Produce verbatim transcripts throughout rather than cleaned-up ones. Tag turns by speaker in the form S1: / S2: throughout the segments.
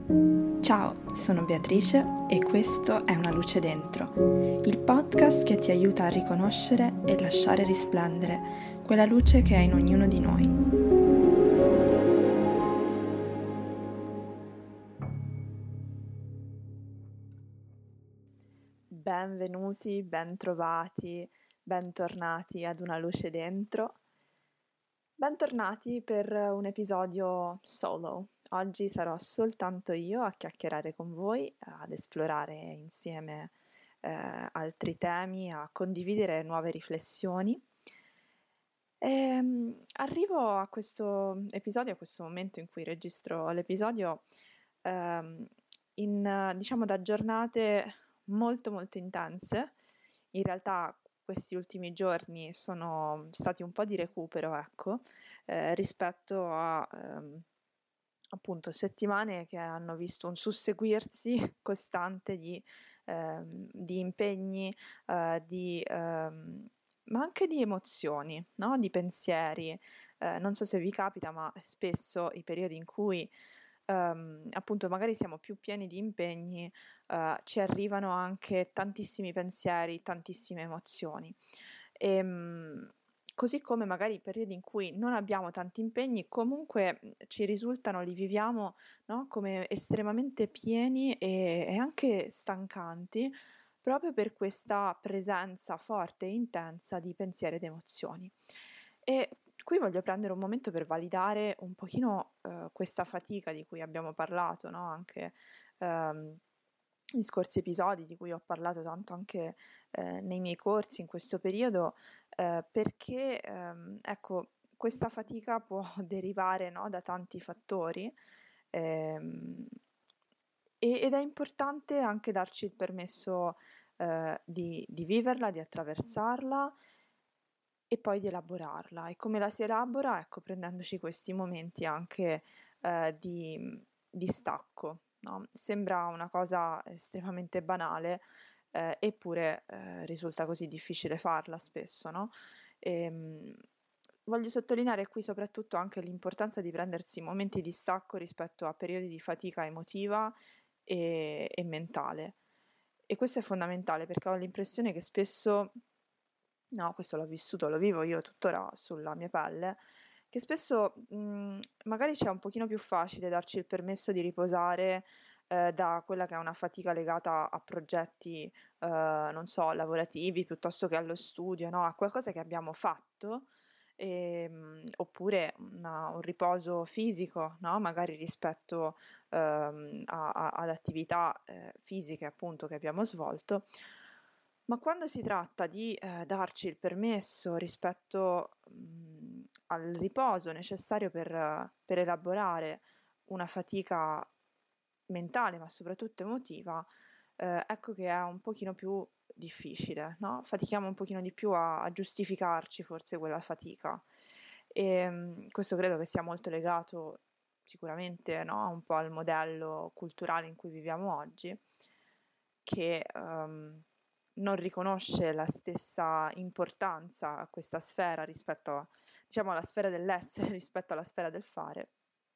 S1: Ciao, sono Beatrice e questo è Una luce dentro, il podcast che ti aiuta a riconoscere e lasciare risplendere quella luce che è in ognuno di noi. Benvenuti, bentrovati, bentornati ad Una luce dentro. Bentornati per un episodio solo. Oggi sarò soltanto io a chiacchierare con voi, ad esplorare insieme eh, altri temi, a condividere nuove riflessioni. E, um, arrivo a questo episodio, a questo momento in cui registro l'episodio, um, in, diciamo, da giornate molto molto intense. In realtà questi ultimi giorni sono stati un po' di recupero, ecco, eh, rispetto a ehm, appunto settimane che hanno visto un susseguirsi costante di, ehm, di impegni, eh, di, ehm, ma anche di emozioni, no? Di pensieri. Eh, non so se vi capita, ma spesso i periodi in cui ehm, appunto magari siamo più pieni di impegni, eh, ci arrivano anche tantissimi pensieri, tantissime emozioni. E, mh, così come magari i periodi in cui non abbiamo tanti impegni, comunque mh, ci risultano, li viviamo, no? Come estremamente pieni e, e anche stancanti, proprio per questa presenza forte e intensa di pensieri ed emozioni. E qui voglio prendere un momento per validare un pochino eh, questa fatica di cui abbiamo parlato, no? Anche ehm, in scorsi episodi, di cui ho parlato tanto anche eh, nei miei corsi in questo periodo, eh, perché ehm, ecco, questa fatica può derivare, no, da tanti fattori ehm, e- ed è importante anche darci il permesso eh, di, di viverla, di attraversarla e poi di elaborarla. E come la si elabora? Ecco, prendendoci questi momenti anche eh, di, di stacco, no? Sembra una cosa estremamente banale, eh, eppure eh, risulta così difficile farla spesso, no? Ehm, Voglio sottolineare qui soprattutto anche l'importanza di prendersi momenti di stacco rispetto a periodi di fatica emotiva e, e mentale. E questo è fondamentale perché ho l'impressione che spesso, no, questo l'ho vissuto, lo vivo io tuttora sulla mia pelle, che spesso mh, magari c'è un pochino più facile darci il permesso di riposare eh, da quella che è una fatica legata a progetti, eh, non so, lavorativi piuttosto che allo studio, no? A qualcosa che abbiamo fatto, ehm, oppure una- un riposo fisico, no? Magari rispetto ehm, a- a- ad attività eh, fisiche appunto che abbiamo svolto. Ma quando si tratta di eh, darci il permesso rispetto mh, al riposo necessario per, eh, per elaborare una fatica mentale, ma soprattutto emotiva, eh, ecco che è un pochino più difficile, no? Fatichiamo un pochino di più a, a giustificarci forse quella fatica. E mh, questo credo che sia molto legato sicuramente, no? Un po' al modello culturale in cui viviamo oggi, che ehm, non riconosce la stessa importanza a questa sfera rispetto a, diciamo, alla sfera dell'essere rispetto alla sfera del fare.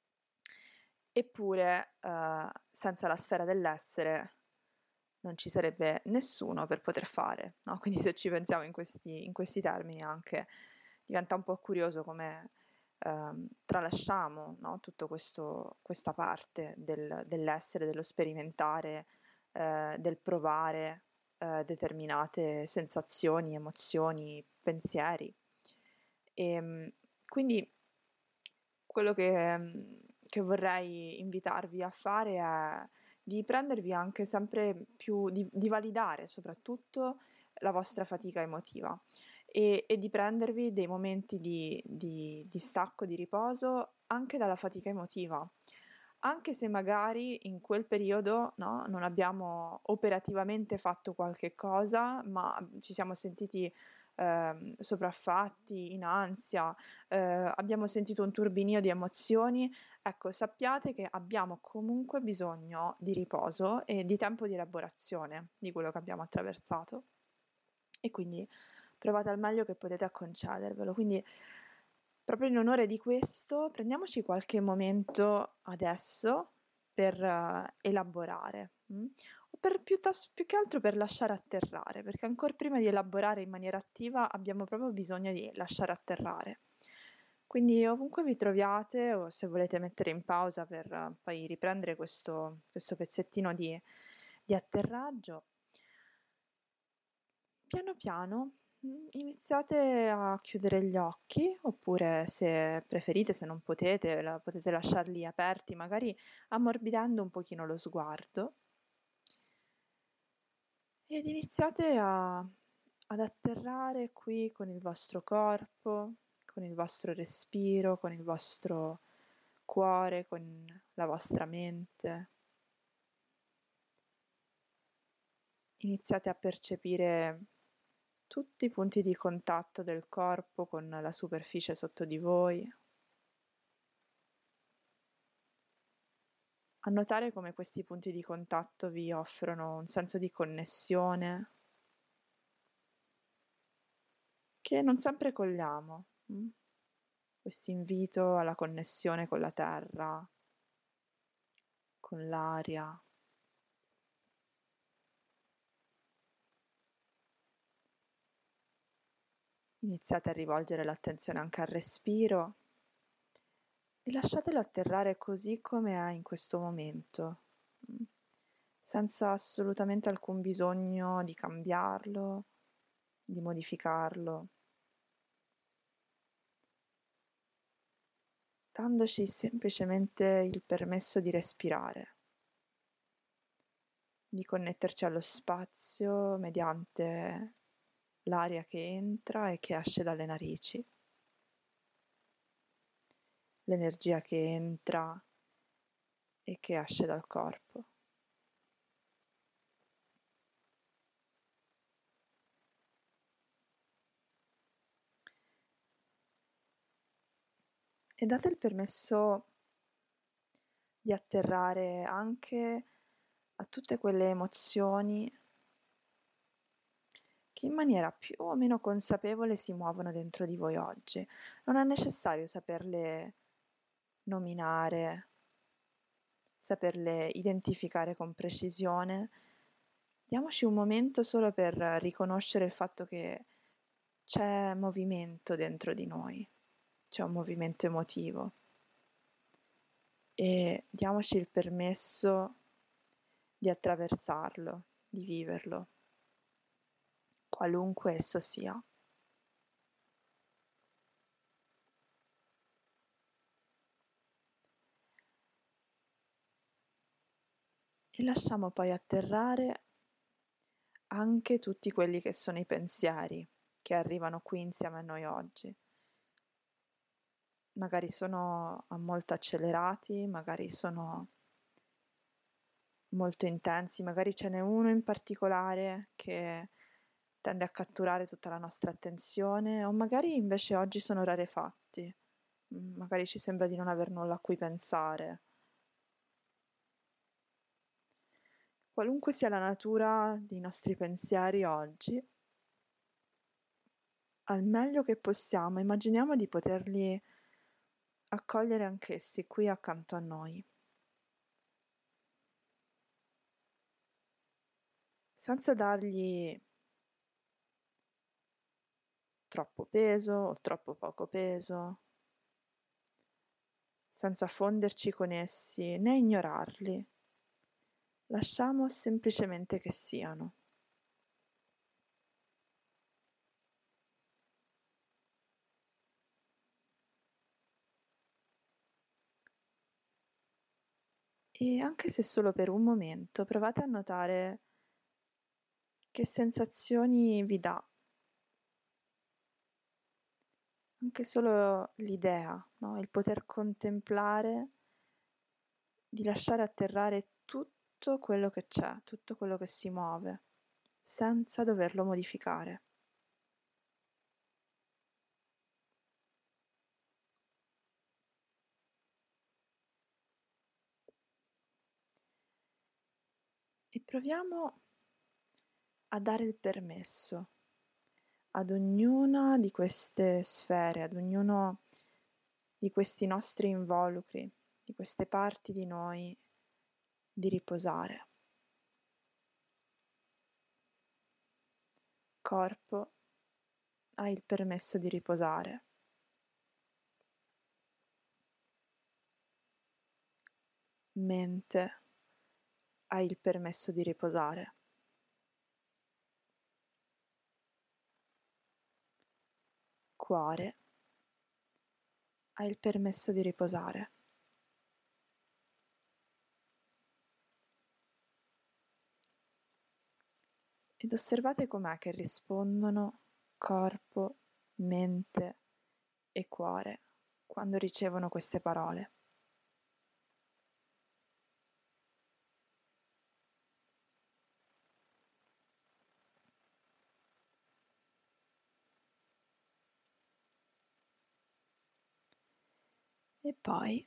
S1: Eppure, eh, senza la sfera dell'essere non ci sarebbe nessuno per poter fare, no? Quindi se ci pensiamo in questi, in questi termini anche diventa un po' curioso come ehm, tralasciamo, no? Tutto questo, questa parte del, dell'essere, dello sperimentare, eh, del provare eh, determinate sensazioni, emozioni, pensieri. E mh, quindi quello che, mh, che vorrei invitarvi a fare è di prendervi anche sempre più, di, di validare soprattutto la vostra fatica emotiva e, e di prendervi dei momenti di, di, di stacco, di riposo anche dalla fatica emotiva. Anche se magari in quel periodo, no, non abbiamo operativamente fatto qualche cosa, ma ci siamo sentiti ehm, sopraffatti, in ansia, eh, abbiamo sentito un turbinio di emozioni, ecco, sappiate che abbiamo comunque bisogno di riposo e di tempo di elaborazione di quello che abbiamo attraversato. E quindi provate al meglio che potete a concedervelo. Quindi, proprio in onore di questo, prendiamoci qualche momento adesso per uh, elaborare, mh? o per piuttosto, più che altro per lasciare atterrare, perché ancora prima di elaborare in maniera attiva abbiamo proprio bisogno di lasciare atterrare. Quindi ovunque vi troviate, o se volete mettere in pausa per uh, poi riprendere questo, questo pezzettino di, di atterraggio, piano piano iniziate a chiudere gli occhi, oppure se preferite, se non potete, la, potete lasciarli aperti, magari ammorbidendo un pochino lo sguardo, ed iniziate a, ad atterrare qui con il vostro corpo, con il vostro respiro, con il vostro cuore, con la vostra mente. Iniziate a percepire tutti i punti di contatto del corpo con la superficie sotto di voi, a notare come questi punti di contatto vi offrono un senso di connessione che non sempre cogliamo. Questo invito alla connessione con la terra, con l'aria. Iniziate a rivolgere l'attenzione anche al respiro e lasciatelo atterrare così come è in questo momento, senza assolutamente alcun bisogno di cambiarlo, di modificarlo, dandoci semplicemente il permesso di respirare, di connetterci allo spazio mediante l'aria che entra e che esce dalle narici, l'energia che entra e che esce dal corpo. E date il permesso di atterrare anche a tutte quelle emozioni che in maniera più o meno consapevole si muovono dentro di voi oggi. Non è necessario saperle nominare, saperle identificare con precisione. Diamoci un momento solo per riconoscere il fatto che c'è movimento dentro di noi, c'è un movimento emotivo, e diamoci il permesso di attraversarlo, di viverlo, qualunque esso sia. E lasciamo poi atterrare anche tutti quelli che sono i pensieri che arrivano qui insieme a noi oggi. Magari sono molto accelerati, magari sono molto intensi, magari ce n'è uno in particolare che tende a catturare tutta la nostra attenzione, o magari invece oggi sono rarefatti, magari ci sembra di non aver nulla a cui pensare. Qualunque sia la natura dei nostri pensieri oggi, al meglio che possiamo, immaginiamo di poterli accogliere anch'essi qui accanto a noi, senza dargli troppo peso o troppo poco peso, senza fonderci con essi né ignorarli. Lasciamo semplicemente che siano. E anche se solo per un momento, provate a notare che sensazioni vi dà. Anche solo l'idea, no? Il poter contemplare, di lasciare atterrare tutto quello che c'è, tutto quello che si muove, senza doverlo modificare. E proviamo a dare il permesso ad ognuna di queste sfere, ad ognuno di questi nostri involucri, di queste parti di noi di riposare. Corpo, hai il permesso di riposare. Mente, hai il permesso di riposare. Cuore, hai il permesso di riposare. Ed osservate com'è che rispondono corpo, mente e cuore quando ricevono queste parole. E poi,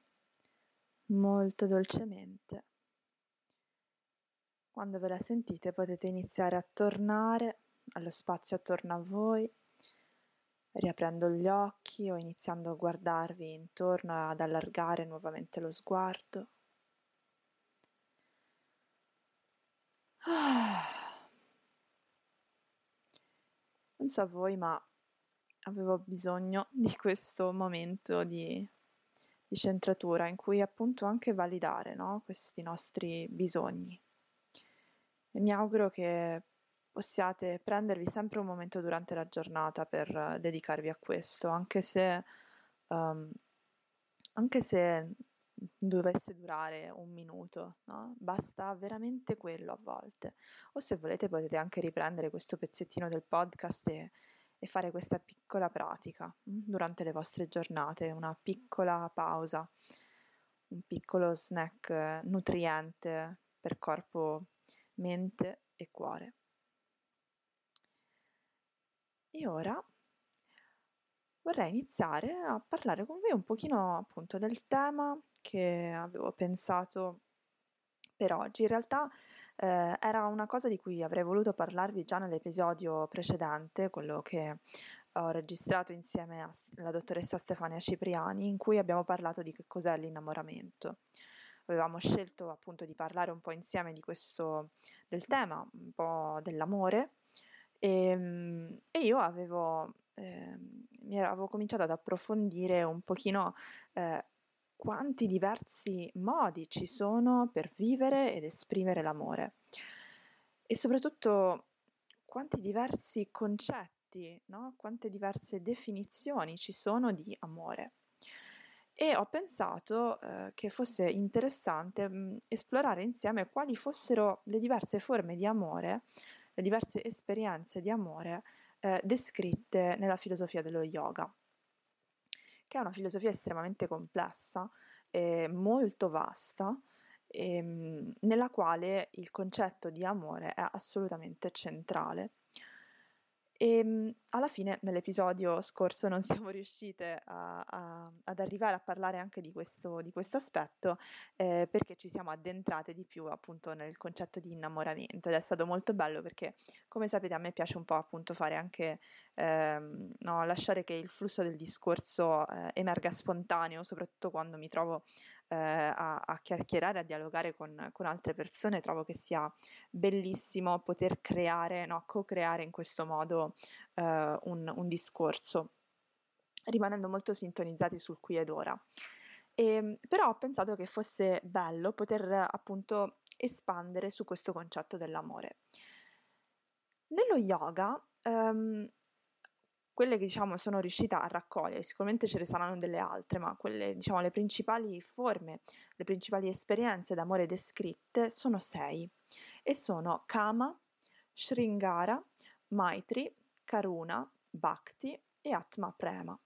S1: molto dolcemente, quando ve la sentite potete iniziare a tornare allo spazio attorno a voi, riaprendo gli occhi o iniziando a guardarvi intorno, ad allargare nuovamente lo sguardo. Ah. Non so voi, ma avevo bisogno di questo momento di, di centratura in cui appunto anche validare, no? Questi nostri bisogni. E mi auguro che possiate prendervi sempre un momento durante la giornata per uh, dedicarvi a questo, anche se, um, anche se dovesse durare un minuto, no? Basta veramente quello a volte. O se volete potete anche riprendere questo pezzettino del podcast e, e fare questa piccola pratica mh, durante le vostre giornate, una piccola pausa, un piccolo snack eh, nutriente per corpo, mente e cuore. E ora vorrei iniziare a parlare con voi un pochino appunto del tema che avevo pensato per oggi. In realtà eh, era una cosa di cui avrei voluto parlarvi già nell'episodio precedente, quello che ho registrato insieme alla dottoressa Stefania Cipriani, in cui abbiamo parlato di che cos'è l'innamoramento. Avevamo scelto appunto di parlare un po' insieme di questo, del tema, un po' dell'amore, e, e io avevo, eh, mi avevo cominciato ad approfondire un pochino eh, quanti diversi modi ci sono per vivere ed esprimere l'amore e soprattutto quanti diversi concetti, no? Quante diverse definizioni ci sono di amore. E ho pensato eh, che fosse interessante mh, esplorare insieme quali fossero le diverse forme di amore, le diverse esperienze di amore eh, descritte nella filosofia dello yoga, che è una filosofia estremamente complessa e molto vasta, e, mh, nella quale il concetto di amore è assolutamente centrale. E mh, alla fine nell'episodio scorso non siamo riuscite a, a, ad arrivare a parlare anche di questo, di questo aspetto eh, perché ci siamo addentrate di più appunto nel concetto di innamoramento ed è stato molto bello perché come sapete a me piace un po' appunto fare anche ehm, no, lasciare che il flusso del discorso eh, emerga spontaneo, soprattutto quando mi trovo eh, a, a chiacchierare, a dialogare con, con altre persone. Trovo che sia bellissimo poter creare, no, co-creare in questo modo eh, un, un discorso, rimanendo molto sintonizzati sul qui ed ora. E, però ho pensato che fosse bello poter appunto espandere su questo concetto dell'amore. Nello yoga, um, quelle che diciamo sono riuscita a raccogliere, sicuramente ce ne saranno delle altre, ma quelle diciamo le principali forme, le principali esperienze d'amore descritte sono sei e sono Kama, Sringara, Maitri, Karuna, Bhakti e Atma Prema.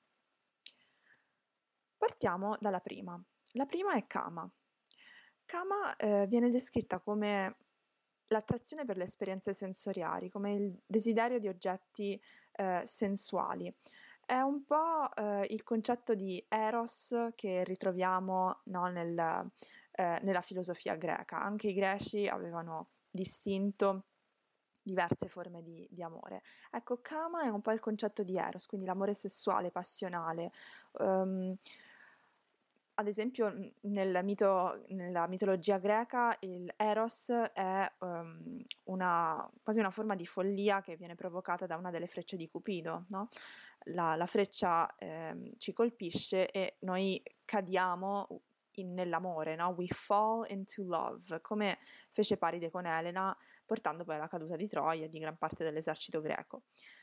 S1: Partiamo dalla prima. La prima è Kama. Kama eh, viene descritta come l'attrazione per le esperienze sensoriali, come il desiderio di oggetti eh, sensuali. È un po' eh, il concetto di eros che ritroviamo no, nel, eh, nella filosofia greca. Anche i greci avevano distinto diverse forme di, di amore. Ecco, Kama è un po' il concetto di eros, quindi l'amore sessuale, passionale. Um, ad esempio n- nel mito, nella mitologia greca il Eros è um, una, quasi una forma di follia che viene provocata da una delle frecce di Cupido, no? La, la freccia ehm, ci colpisce e noi cadiamo in- nell'amore, no? We fall into love, come fece Paride con Elena, portando poi alla caduta di Troia e di gran parte dell'esercito greco.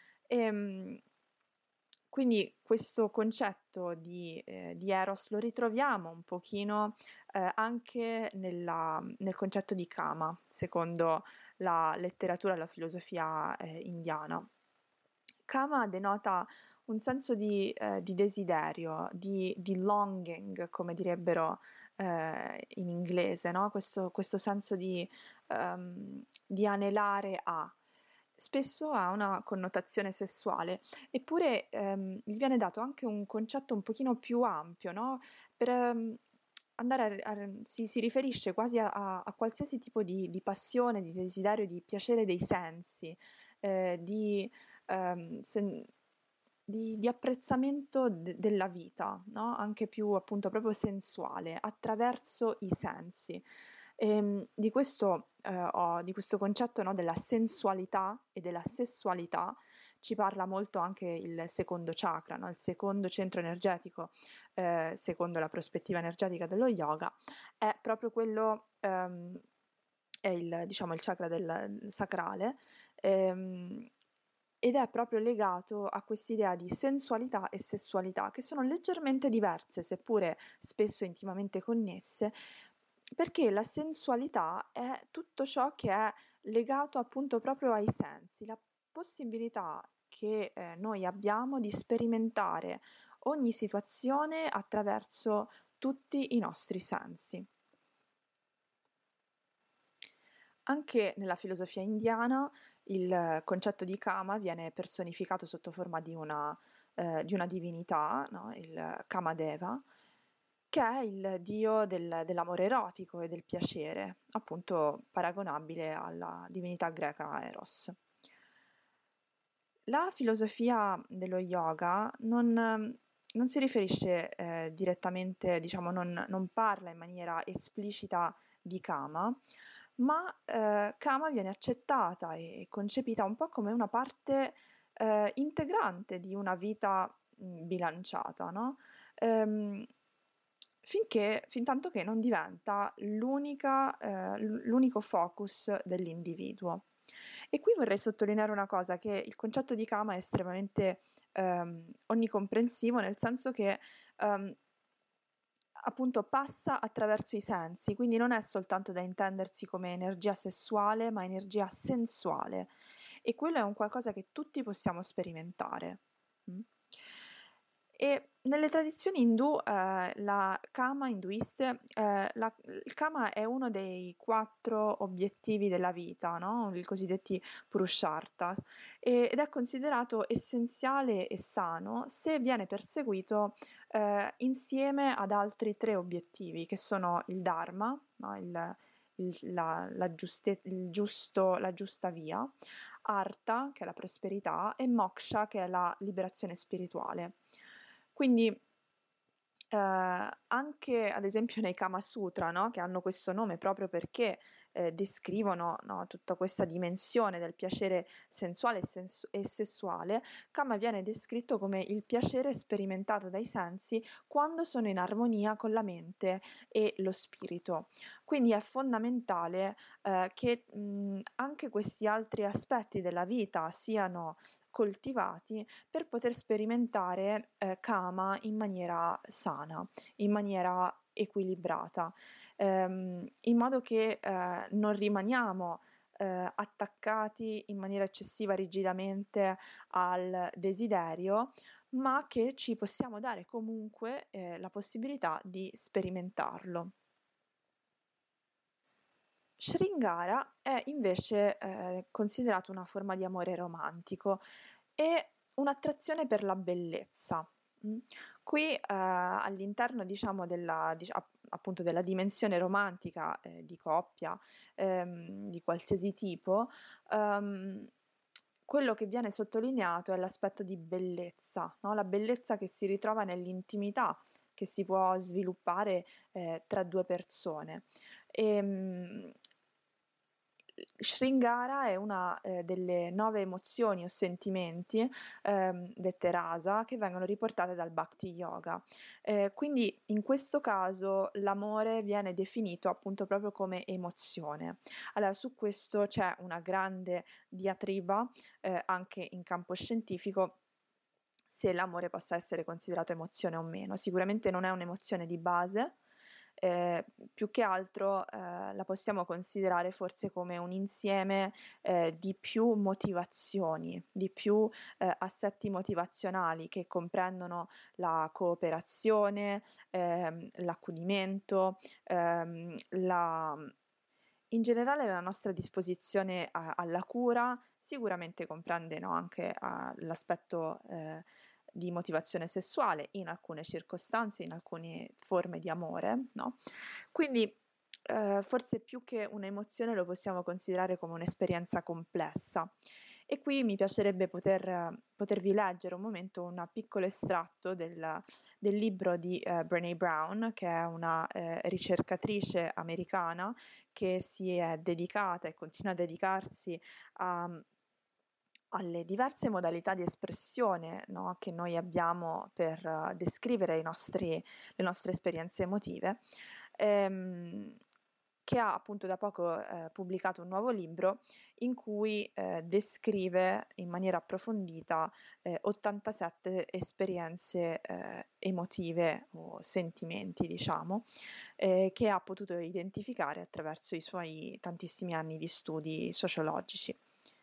S1: Ehm, quindi questo concetto di, eh, di Eros lo ritroviamo un pochino eh, anche nella- nel concetto di Kama, secondo la letteratura e la filosofia eh, indiana. Kama denota un senso di, eh, di desiderio, di, di longing, come direbbero eh, in inglese, no? Questo, questo senso di, ehm, di anelare a. Spesso ha una connotazione sessuale, eppure ehm, gli viene dato anche un concetto un pochino più ampio, no? Per ehm, andare a, a- si, si riferisce quasi a, a- a qualsiasi tipo di, di passione, di desiderio, di piacere dei sensi, eh, di, ehm, sen- di- di apprezzamento de- della vita, no? Anche più appunto proprio sensuale, attraverso i sensi. Ehm, di questo, eh, ho- di questo concetto, no, della sensualità e della sessualità ci parla molto anche il secondo chakra, no? Il secondo centro energetico, eh, secondo la prospettiva energetica dello yoga, è proprio quello, ehm, è il, diciamo, il chakra del sacrale, ehm, ed è proprio legato a quest'idea di sensualità e sessualità, che sono leggermente diverse, seppure spesso intimamente connesse, perché la sensualità è tutto ciò che è legato appunto proprio ai sensi, la possibilità che eh, noi abbiamo di sperimentare ogni situazione attraverso tutti i nostri sensi. Anche nella filosofia indiana il concetto di Kama viene personificato sotto forma di una, eh, di una divinità, no? Il Kamadeva, che è il dio del- dell'amore erotico e del piacere, appunto paragonabile alla divinità greca Eros. La filosofia dello yoga non, non si riferisce eh, direttamente, diciamo, non, non parla in maniera esplicita di Kama, ma eh, Kama viene accettata e concepita un po' come una parte eh, integrante di una vita mh, bilanciata, no? Ehm, finché, fin tanto che non diventa l'unica, eh, l- l'unico focus dell'individuo. E qui vorrei sottolineare una cosa, che il concetto di Kama è estremamente ehm, onnicomprensivo, nel senso che ehm, appunto passa attraverso i sensi, quindi non è soltanto da intendersi come energia sessuale, ma energia sensuale. E quello è un qualcosa che tutti possiamo sperimentare. Mm? E nelle tradizioni indù, eh, la Kama induiste, eh, la- il Kama è uno dei quattro obiettivi della vita, no? I cosiddetti Purushartha, e- ed è considerato essenziale e sano se viene perseguito eh, insieme ad altri tre obiettivi, che sono il Dharma, no? il, il- la, la giuste- il giusto- la giusta via, Artha, che è la prosperità, e Moksha, che è la liberazione spirituale. Quindi eh, anche ad esempio nei Kama Sutra, no? Che hanno questo nome proprio perché eh, descrivono, no, tutta questa dimensione del piacere sensuale e, sens- e sessuale, Kama viene descritto come il piacere sperimentato dai sensi quando sono in armonia con la mente e lo spirito. Quindi è fondamentale eh, che mh, anche questi altri aspetti della vita siano coltivati per poter sperimentare eh, Kama in maniera sana, in maniera equilibrata, ehm, in modo che eh, non rimaniamo eh, attaccati in maniera eccessiva rigidamente al desiderio, ma che ci possiamo dare comunque eh, la possibilità di sperimentarlo. Sringara è invece eh, considerato una forma di amore romantico e un'attrazione per la bellezza. Mm. Qui eh, all'interno, diciamo, della, dic- app- appunto della dimensione romantica eh, di coppia, ehm, di qualsiasi tipo, ehm, quello che viene sottolineato è l'aspetto di bellezza, no? La bellezza che si ritrova nell'intimità che si può sviluppare eh, tra due persone. E, mh, Shringara è una eh, delle nove emozioni o sentimenti, ehm, dette rasa, che vengono riportate dal Bhakti Yoga. Eh, quindi in questo caso l'amore viene definito appunto proprio come emozione. Allora, su questo c'è una grande diatriba eh, anche in campo scientifico, se l'amore possa essere considerato emozione o meno. Sicuramente non è un'emozione di base. Eh, più che altro eh, la possiamo considerare forse come un insieme eh, di più motivazioni, di più eh, assetti motivazionali che comprendono la cooperazione, ehm, l'accudimento, ehm, la, in generale la nostra disposizione a, alla cura. Sicuramente comprende, no, anche a, l'aspetto eh, di motivazione sessuale in alcune circostanze, in alcune forme di amore, no? Quindi eh, forse più che un'emozione lo possiamo considerare come un'esperienza complessa. E qui mi piacerebbe poter, potervi leggere un momento un piccolo estratto del, del libro di eh, Brené Brown, che è una eh, ricercatrice americana che si è dedicata e continua a dedicarsi a alle diverse modalità di espressione, no, che noi abbiamo per uh, descrivere i nostri, le nostre esperienze emotive, ehm, che ha appunto da poco eh, pubblicato un nuovo libro in cui eh, descrive in maniera approfondita eh, ottantasette esperienze eh, emotive o sentimenti, diciamo, eh, che ha potuto identificare attraverso i suoi tantissimi anni di studi sociologici.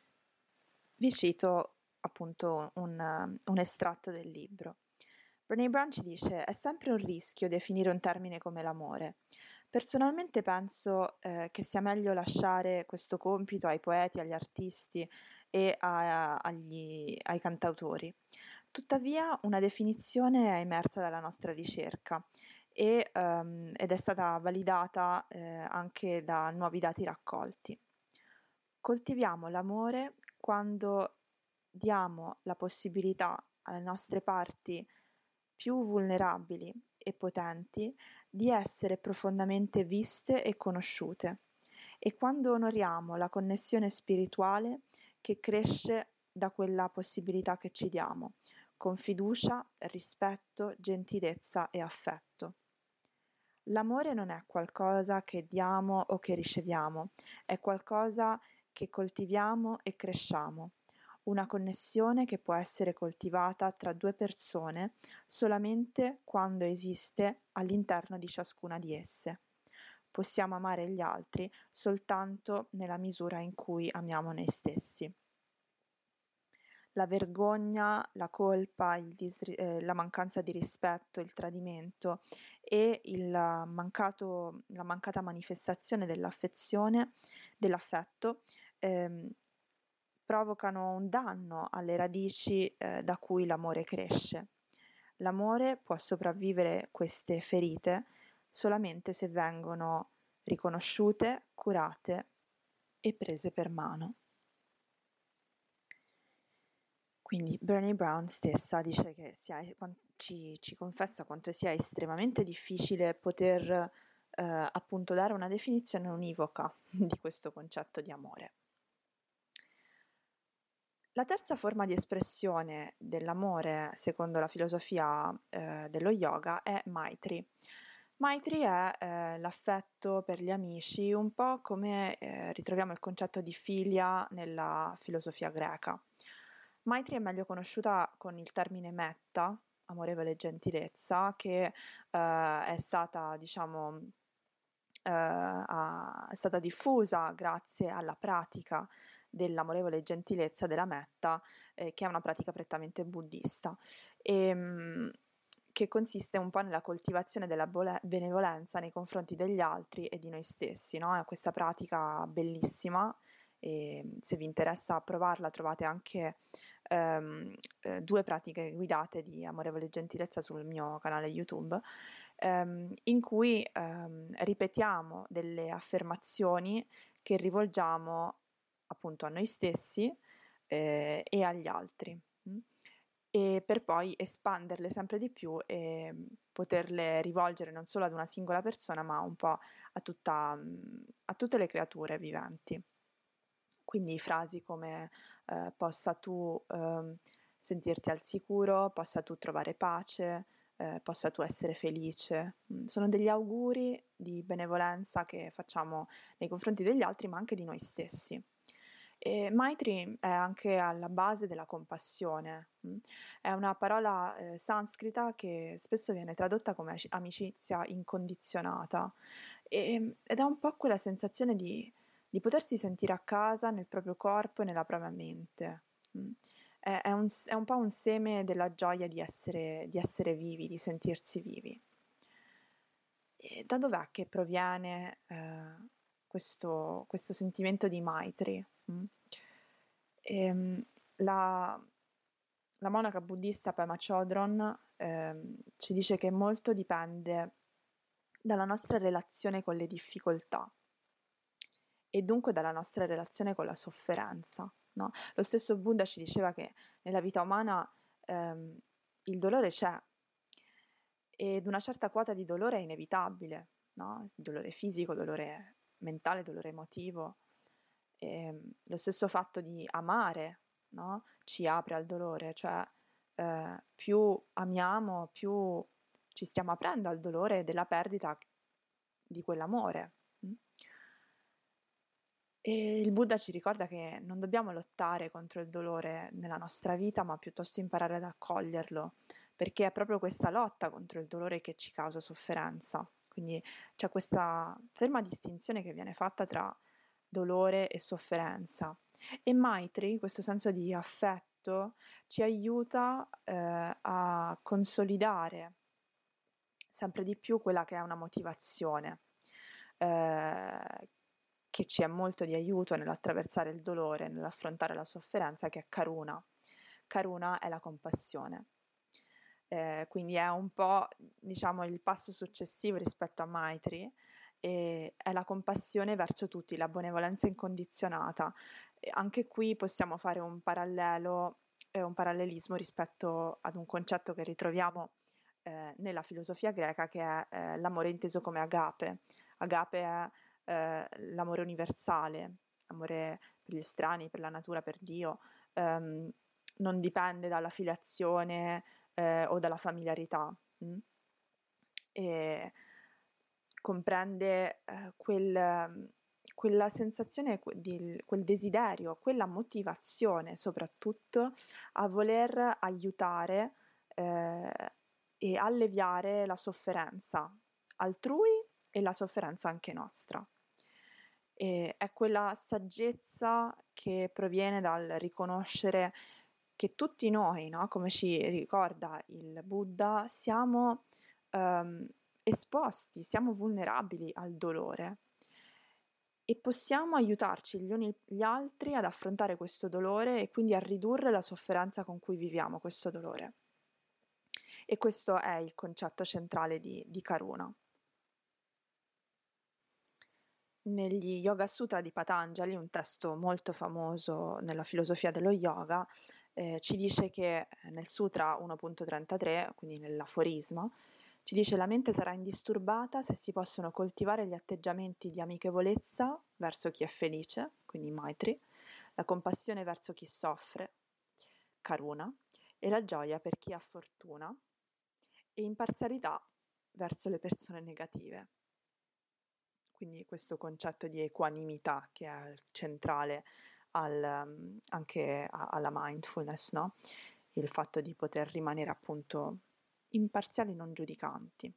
S1: Vi cito appunto un, un estratto del libro. Brené Brown ci dice: è sempre un rischio definire un termine come l'amore. Personalmente penso eh, che sia meglio lasciare questo compito ai poeti, agli artisti e a, agli, ai cantautori. Tuttavia una definizione è emersa dalla nostra ricerca e, um, ed è stata validata eh, anche da nuovi dati raccolti. Coltiviamo l'amore quando diamo la possibilità alle nostre parti più vulnerabili e potenti di essere profondamente viste e conosciute, e quando onoriamo la connessione spirituale che cresce da quella possibilità che ci diamo, con fiducia, rispetto, gentilezza e affetto. L'amore non è qualcosa che diamo o che riceviamo, è qualcosa che coltiviamo e cresciamo, una connessione che può essere coltivata tra due persone solamente quando esiste all'interno di ciascuna di esse. Possiamo amare gli altri soltanto nella misura in cui amiamo noi stessi. La vergogna, la colpa, il disri- eh, la mancanza di rispetto, il tradimento e il mancato, la mancata manifestazione dell'affezione, dell'affetto, ehm, provocano un danno alle radici eh, da cui l'amore cresce. L'amore può sopravvivere queste ferite solamente se vengono riconosciute, curate e prese per mano. Quindi Brené Brown stessa dice che sia, ci, ci confessa quanto sia estremamente difficile poter eh, appunto dare una definizione univoca di questo concetto di amore. La terza forma di espressione dell'amore, secondo la filosofia eh, dello yoga, è Maitri. Maitri è eh, l'affetto per gli amici, un po' come eh, ritroviamo il concetto di filia nella filosofia greca. Maitri è meglio conosciuta con il termine metta, amorevole gentilezza, che eh, è stata, diciamo, eh, a, è stata diffusa grazie alla pratica dell'amorevole gentilezza della metta, eh, che è una pratica prettamente buddista, e, mh, che consiste un po' nella coltivazione della bole- benevolenza nei confronti degli altri e di noi stessi, no? È questa pratica bellissima, e se vi interessa provarla trovate anche ehm, eh, due pratiche guidate di amorevole gentilezza sul mio canale YouTube, ehm, in cui ehm, ripetiamo delle affermazioni che rivolgiamo appunto a noi stessi eh, e agli altri. e per poi espanderle sempre di più e poterle rivolgere non solo ad una singola persona, ma un po' a tutta, a tutte le creature viventi. Quindi frasi come eh, possa tu eh, sentirti al sicuro, possa tu trovare pace, eh, possa tu essere felice. Mm, sono degli auguri di benevolenza che facciamo nei confronti degli altri, ma anche di noi stessi. E Maitri è anche alla base della compassione. Mm. È una parola eh, sanscrita che spesso viene tradotta come amicizia incondizionata e, ed è un po' quella sensazione di, di potersi sentire a casa nel proprio corpo e nella propria mente. Mm. È, è un, è un po' un seme della gioia di essere, di essere vivi, di sentirsi vivi. E da dov'è che proviene eh, questo, questo sentimento di Maitri? Mm? E, la, la monaca buddista Pema Chodron ehm, ci dice che molto dipende dalla nostra relazione con le difficoltà e dunque dalla nostra relazione con la sofferenza. No? Lo stesso Buddha ci diceva che nella vita umana ehm, il dolore c'è ed una certa quota di dolore è inevitabile, no? Dolore fisico, dolore mentale, dolore emotivo. E, lo stesso fatto di amare, no? Ci apre al dolore, cioè eh, più amiamo, più ci stiamo aprendo al dolore della perdita di quell'amore. E il Buddha ci ricorda che non dobbiamo lottare contro il dolore nella nostra vita, ma piuttosto imparare ad accoglierlo, perché è proprio questa lotta contro il dolore che ci causa sofferenza. Quindi c'è questa ferma distinzione che viene fatta tra dolore e sofferenza. E Maitri, questo senso di affetto, ci aiuta eh, a consolidare sempre di più quella che è una motivazione, eh, che ci è molto di aiuto nell'attraversare il dolore, nell'affrontare la sofferenza, che è Karuna. Karuna è la compassione. Eh, quindi è un po', diciamo, il passo successivo rispetto a Maitri, e è la compassione verso tutti, la benevolenza incondizionata. E anche qui possiamo fare un parallelo, eh, un parallelismo rispetto ad un concetto che ritroviamo eh, nella filosofia greca, che è eh, l'amore inteso come agape. Agape è eh, l'amore universale, amore per gli estranei, per la natura, per Dio, ehm, non dipende dalla filiazione eh, o dalla familiarità. Mh? E comprende eh, quel, quella sensazione, di, quel desiderio, quella motivazione soprattutto a voler aiutare eh, e alleviare la sofferenza altrui e la sofferenza anche nostra. E è quella saggezza che proviene dal riconoscere che tutti noi, no, come ci ricorda il Buddha, siamo um, esposti, siamo vulnerabili al dolore e possiamo aiutarci gli uni gli altri ad affrontare questo dolore e quindi a ridurre la sofferenza con cui viviamo questo dolore. E questo è il concetto centrale di, di Karuna. Negli Yoga Sutra di Patanjali, un testo molto famoso nella filosofia dello yoga, eh, ci dice che nel Sutra uno punto trentatré, quindi nell'aforisma, ci dice: la mente sarà indisturbata se si possono coltivare gli atteggiamenti di amichevolezza verso chi è felice, quindi Maitri, la compassione verso chi soffre, Karuna, e la gioia per chi ha fortuna, e imparzialità verso le persone negative. Quindi questo concetto di equanimità che è centrale al, anche a, alla mindfulness, no? Il fatto di poter rimanere appunto imparziali, non giudicanti.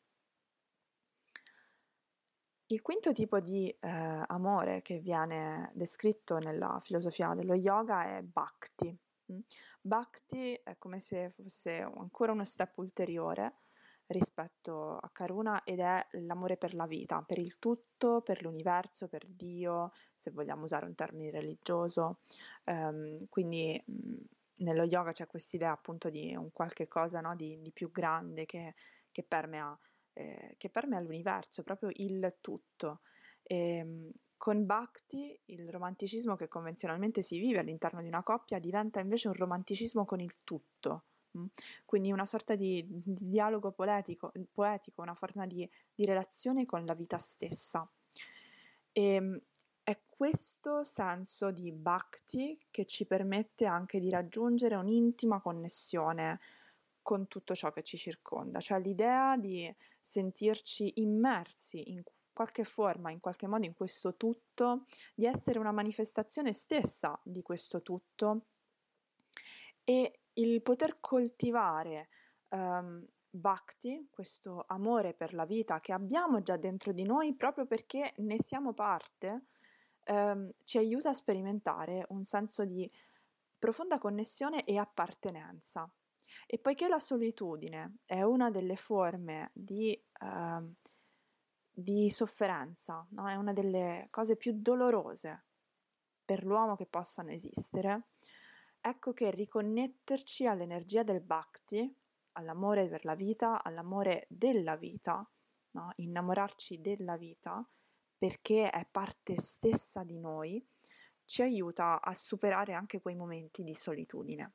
S1: Il quinto tipo di eh, amore che viene descritto nella filosofia dello yoga è Bhakti. Mm? Bhakti è come se fosse ancora uno step ulteriore rispetto a Karuna ed è l'amore per la vita, per il tutto, per l'universo, per Dio, se vogliamo usare un termine religioso. Um, quindi mh, nello yoga c'è quest'idea appunto di un qualche cosa, no, di, di più grande che, che permea eh, che permea l'universo, proprio il tutto. E, con Bhakti il romanticismo che convenzionalmente si vive all'interno di una coppia diventa invece un romanticismo con il tutto, mm? Quindi una sorta di, di dialogo poetico, poetico, una forma di, di relazione con la vita stessa. E è questo senso di bhakti che ci permette anche di raggiungere un'intima connessione con tutto ciò che ci circonda, cioè l'idea di sentirci immersi in qualche forma, in qualche modo in questo tutto, di essere una manifestazione stessa di questo tutto e il poter coltivare um, bhakti, questo amore per la vita che abbiamo già dentro di noi proprio perché ne siamo parte, um, ci aiuta a sperimentare un senso di profonda connessione e appartenenza. E poiché la solitudine è una delle forme di, uh, di sofferenza, no? È una delle cose più dolorose per l'uomo che possano esistere, ecco che riconnetterci all'energia del bhakti, all'amore per la vita, all'amore della vita, no? Innamorarci della vita, perché è parte stessa di noi, ci aiuta a superare anche quei momenti di solitudine.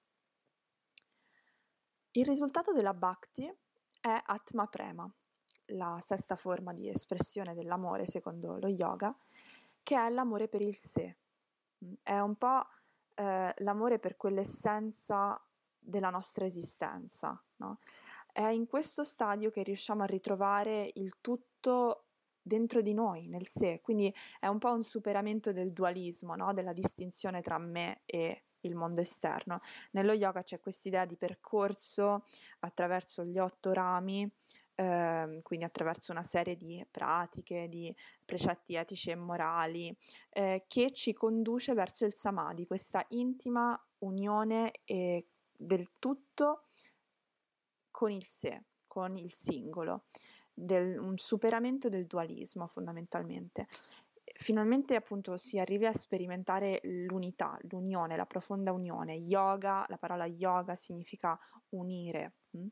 S1: Il risultato della bhakti è Atma Prema, la sesta forma di espressione dell'amore secondo lo yoga, che è l'amore per il sé. È un po' eh, l'amore per quell'essenza della nostra esistenza, no? È in questo stadio che riusciamo a ritrovare il tutto dentro di noi, nel sé, quindi è un po' un superamento del dualismo, no? Della distinzione tra me e il mondo esterno. Nello yoga c'è quest'idea di percorso attraverso gli otto rami, eh, quindi attraverso una serie di pratiche, di precetti etici e morali, eh, che ci conduce verso il samadhi, questa intima unione eh, del tutto con il sé, con il singolo, del, un superamento del dualismo fondamentalmente. Finalmente appunto si arrivi a sperimentare l'unità, l'unione, la profonda unione. Yoga, la parola yoga significa unire. Hm?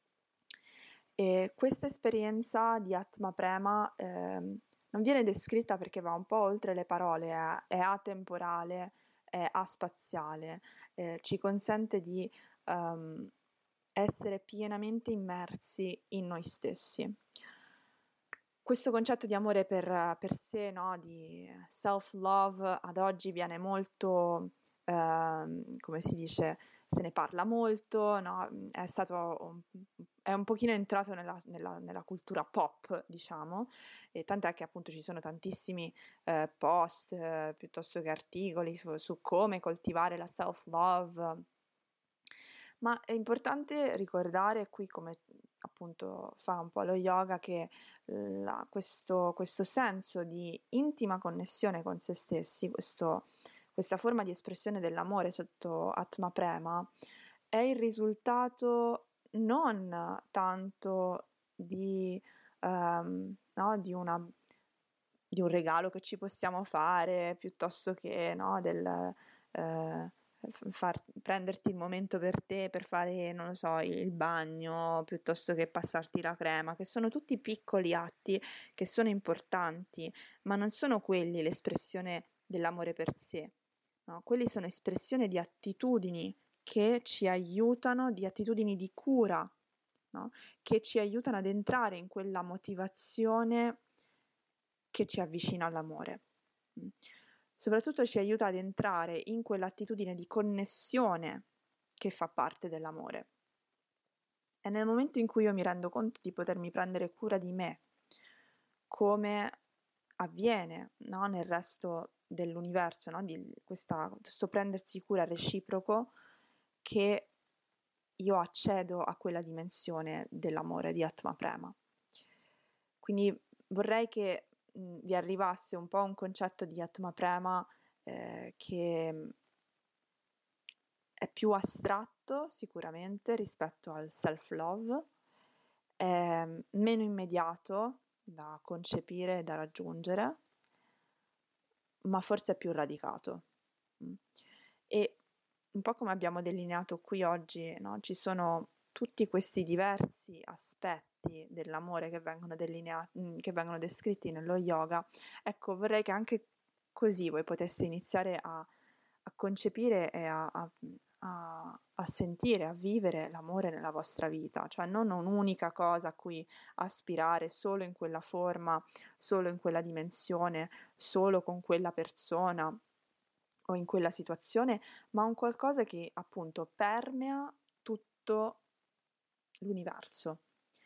S1: E questa esperienza di Atma Prema eh, non viene descritta perché va un po' oltre le parole, è, è atemporale, è aspaziale, eh, ci consente di um, essere pienamente immersi in noi stessi. Questo concetto di amore per, per sé, no, di self-love, ad oggi viene molto, eh, come si dice, se ne parla molto, no? È stato, è un pochino entrato nella, nella, nella cultura pop, diciamo, e tant'è che appunto ci sono tantissimi eh, post, eh, piuttosto che articoli su, su come coltivare la self-love. Ma è importante ricordare qui, come appunto fa un po' lo yoga, che la, questo, questo senso di intima connessione con se stessi, questo, questa forma di espressione dell'amore sotto Atma Prema, è il risultato non tanto di, um, no, di, una, di un regalo che ci possiamo fare, piuttosto che no, del... Uh, Far, prenderti il momento per te per fare, non lo so, il bagno piuttosto che passarti la crema, che sono tutti piccoli atti che sono importanti, ma non sono quelli l'espressione dell'amore per sé, no? Quelli sono espressione di attitudini che ci aiutano, di attitudini di cura, no? Che ci aiutano ad entrare in quella motivazione che ci avvicina all'amore. Soprattutto ci aiuta ad entrare in quell'attitudine di connessione che fa parte dell'amore. È nel momento in cui io mi rendo conto di potermi prendere cura di me, come avviene, no, nel resto dell'universo, no, di questa, questo prendersi cura reciproco, che io accedo a quella dimensione dell'amore di Atma Prema. Quindi vorrei che mh, vi arrivasse un po' un concetto di Atma Prema eh, che è più astratto sicuramente rispetto al self-love, è meno immediato da concepire e da raggiungere, ma forse è più radicato. E un po' come abbiamo delineato qui oggi, no? Ci sono tutti questi diversi aspetti dell'amore che vengono delineati, che vengono descritti nello yoga. Ecco, vorrei che anche così voi poteste iniziare a, a concepire e a, a, a, a sentire, a vivere l'amore nella vostra vita, cioè non un'unica cosa a cui aspirare solo in quella forma, solo in quella dimensione, solo con quella persona o in quella situazione, ma un qualcosa che appunto permea tutto l'universo.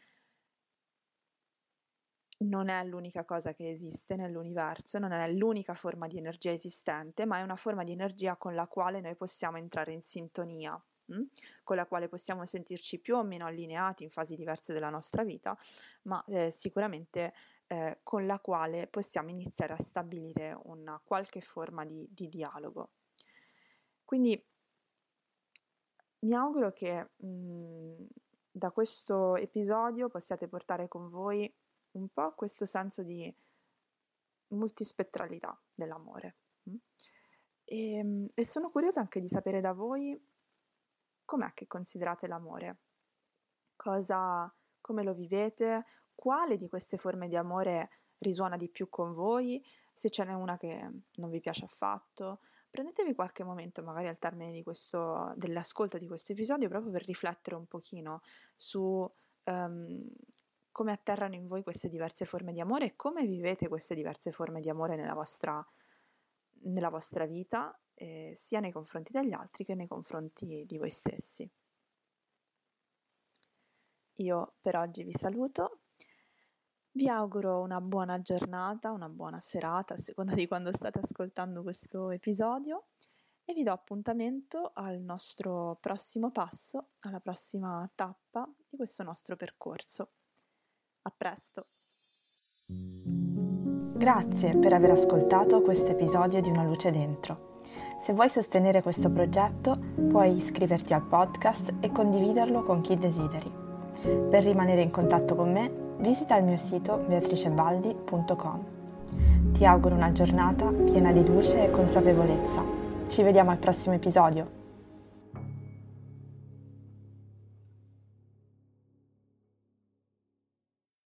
S1: Non è l'unica cosa che esiste nell'universo, non è l'unica forma di energia esistente, ma è una forma di energia con la quale noi possiamo entrare in sintonia, mh? Con la quale possiamo sentirci più o meno allineati in fasi diverse della nostra vita, ma eh, sicuramente eh, con la quale possiamo iniziare a stabilire una qualche forma di, di dialogo. Quindi mi auguro che mh, da questo episodio possiate portare con voi un po' questo senso di multispettralità dell'amore. E, e sono curiosa anche di sapere da voi com'è che considerate l'amore, cosa, come lo vivete, quale di queste forme di amore risuona di più con voi, se ce n'è una che non vi piace affatto. Prendetevi qualche momento, magari al termine di questo, dell'ascolto di questo episodio, proprio per riflettere un pochino su um, come atterrano in voi queste diverse forme di amore e come vivete queste diverse forme di amore nella vostra, nella vostra vita, eh, sia nei confronti degli altri che nei confronti di voi stessi. Io per oggi vi saluto, vi auguro una buona giornata, una buona serata, a seconda di quando state ascoltando questo episodio, e vi do appuntamento al nostro prossimo passo, alla prossima tappa di questo nostro percorso. A presto! Grazie per aver ascoltato questo episodio di Una luce dentro. Se vuoi sostenere questo progetto, puoi iscriverti al podcast e condividerlo con chi desideri. Per rimanere in contatto con me, visita il mio sito beatricebaldi punto com. Ti auguro una giornata piena di luce e consapevolezza. Ci vediamo al prossimo episodio.